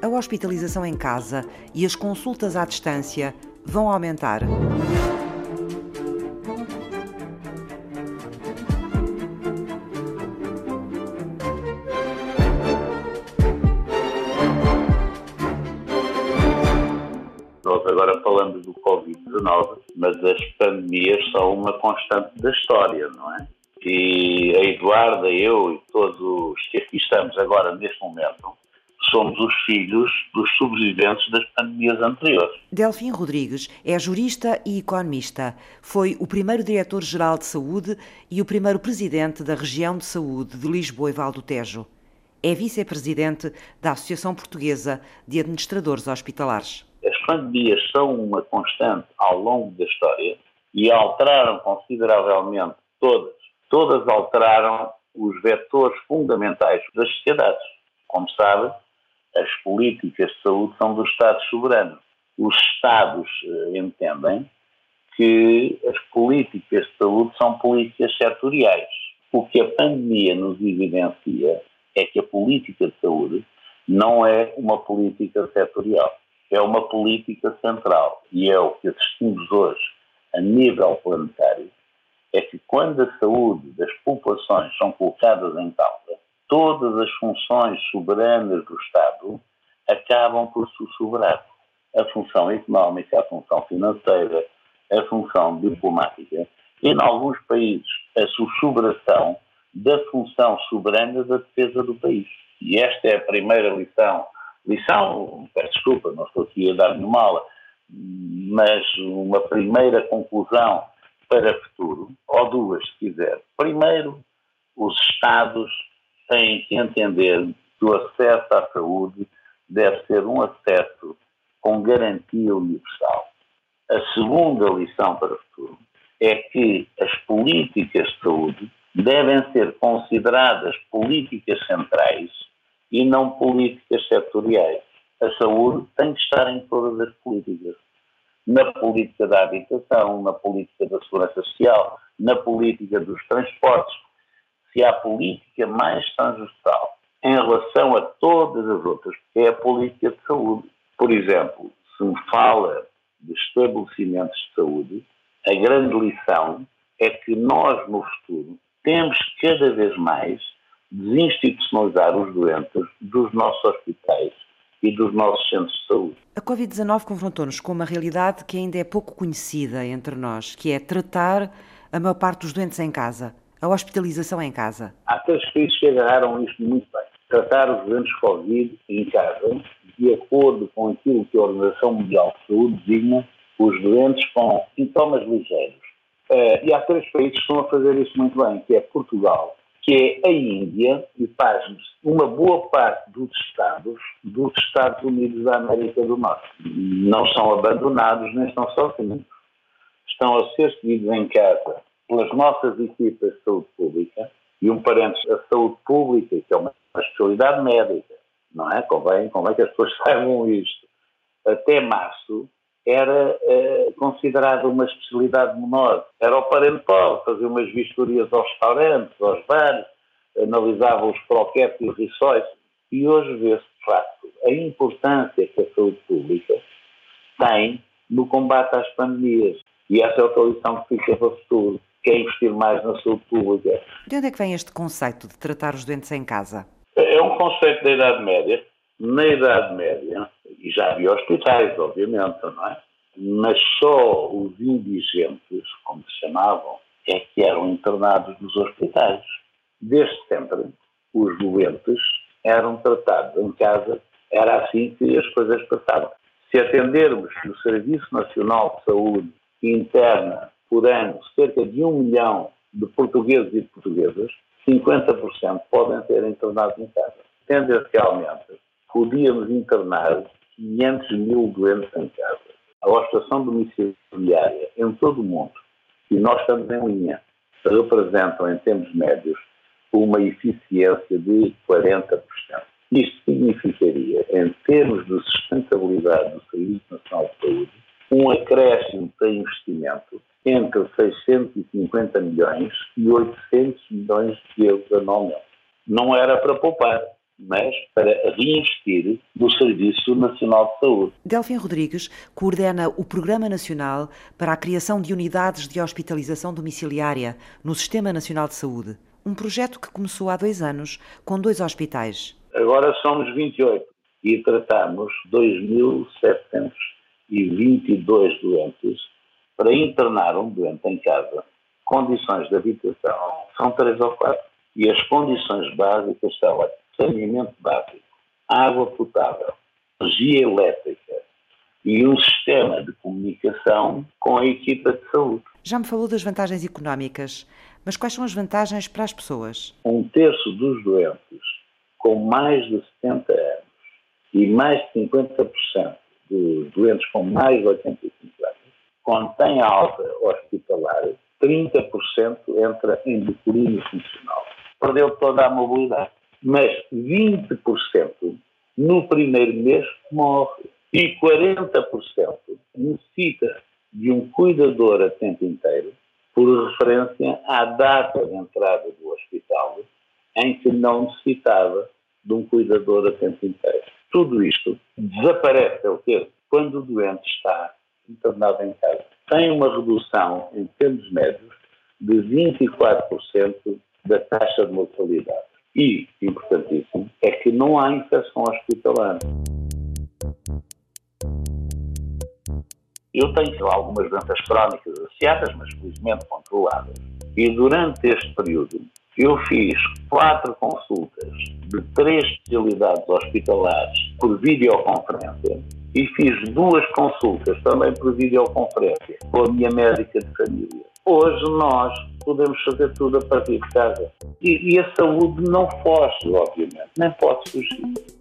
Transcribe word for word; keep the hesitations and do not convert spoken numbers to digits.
A hospitalização em casa e as consultas à distância vão aumentar. Nós agora falamos do covid dezenove, mas as pandemias são uma constante da história, não é? E a Eduarda, eu e todos os que aqui estamos agora neste momento, somos os filhos dos sobreviventes das pandemias anteriores. Delfim Rodrigues é jurista e economista. Foi o primeiro diretor-geral de saúde e o primeiro presidente da região de saúde de Lisboa e Val do Tejo. É vice-presidente da Associação Portuguesa de Administradores Hospitalares. As pandemias são uma constante ao longo da história e alteraram consideravelmente todas. Todas alteraram os vetores fundamentais das sociedades. Como sabe, as políticas de saúde são dos Estados soberanos. Os Estados eh, entendem que as políticas de saúde são políticas setoriais. O que a pandemia nos evidencia é que a política de saúde não é uma política setorial, é uma política central. E é o que assistimos hoje a nível planetário, é que quando a saúde das populações são colocadas em causa, todas as funções soberanas do Estado acabam por se sobrar. A função económica, a função financeira, a função diplomática e, em alguns países, a sussurração da função soberana da defesa do país. E esta é a primeira lição. Lição, peço desculpa, não estou aqui a dar nenhuma aula, mas uma primeira conclusão para o futuro, ou duas, se quiser. Primeiro, os Estados têm que entender que o acesso à saúde deve ser um acesso com garantia universal. A segunda lição para o futuro é que as políticas de saúde devem ser consideradas políticas centrais e não políticas setoriais. A saúde tem que estar em todas as políticas. Na política da habitação, na política da segurança social, na política dos transportes. Se há política mais transversal em relação a todas as outras, é a política de saúde. Por exemplo, se me fala de estabelecimentos de saúde, a grande lição é que nós, no futuro, temos cada vez mais desinstitucionalizar os doentes dos nossos hospitais e dos nossos centros de saúde. A covid dezenove confrontou-nos com uma realidade que ainda é pouco conhecida entre nós, que é tratar a maior parte dos doentes em casa, a hospitalização em casa. Há três países que agarraram isto muito bem. Tratar os doentes Covid em casa, de acordo com aquilo que a Organização Mundial de Saúde designa, os doentes com sintomas ligeiros. Uh, e há três países que estão a fazer isso muito bem, que é Portugal, que é a Índia e, pasme, uma boa parte dos Estados dos Estados Unidos da América do Norte. Não são abandonados nem estão sozinhos. Estão a ser seguidos em casa pelas nossas equipas de saúde pública e um parênteses, a saúde pública, que é uma especialidade médica, não é? Convém, convém que as pessoas saibam isto. Até março era eh, considerada uma especialidade menor. Era o parente pobre, fazia umas vistorias aos restaurantes, aos bares, analisava os croquetes e os rissóis. E hoje vê-se, de facto, a importância que a saúde pública tem no combate às pandemias. E essa é outra lição que fica para o futuro, que é investir mais na saúde pública. De onde é que vem este conceito de tratar os doentes em casa? É um conceito da Idade Média. Na Idade Média, e já havia hospitais, obviamente, não é? Mas só os indigentes, como se chamavam, é que eram internados nos hospitais. Desde sempre, os doentes eram tratados em casa, era assim que as coisas passavam. Se atendermos no Serviço Nacional de Saúde interna, por ano, cerca de um milhão de portugueses e portuguesas, cinquenta por cento podem ser internados em casa. Tendencialmente, podíamos internar quinhentos mil doentes em casa. A hospitalização domiciliária em todo o mundo, e nós estamos em linha, representam em termos médios uma eficiência de quarenta por cento. Isto significaria, em termos de sustentabilidade do Serviço Nacional de Saúde, um acréscimo de investimento entre seiscentos e cinquenta milhões e oitocentos milhões de euros anualmente. Não era para poupar, mas para reinvestir no Serviço Nacional de Saúde. Delfim Rodrigues coordena o Programa Nacional para a criação de unidades de hospitalização domiciliária no Sistema Nacional de Saúde, um projeto que começou há dois anos com dois hospitais. Agora somos vinte e oito e tratamos dois mil setecentos e vinte e dois doentes. Para internar um doente em casa, condições de habitação são três ou quatro. E as condições básicas são saneamento básico, água potável, energia elétrica e um sistema de comunicação com a equipa de saúde. Já me falou das vantagens económicas, mas quais são as vantagens para as pessoas? Um terço dos doentes com mais de setenta anos e mais de cinquenta por cento dos doentes com mais de oitenta e cinco anos, quando têm alta hospitalar, trinta por cento entra em declínio funcional. Perdeu toda a mobilidade. Mas vinte por cento no primeiro mês morre. E quarenta por cento necessita de um cuidador a tempo inteiro, por referência à data de entrada do hospital, em que não necessitava de um cuidador a tempo inteiro. Tudo isto desaparece, é o quê? Quando o doente está internado em casa. Tem uma redução, em termos médios, de vinte e quatro por cento da taxa de mortalidade. E, importantíssimo, é que não há infecção hospitalar. Eu tenho algumas doenças crónicas associadas, mas felizmente controladas. E durante este período, eu fiz quatro consultas de três especialidades hospitalares por videoconferência e fiz duas consultas também por videoconferência com a minha médica de família. Hoje nós podemos fazer tudo a partir de casa. E, e a saúde não foge, obviamente, nem pode fugir.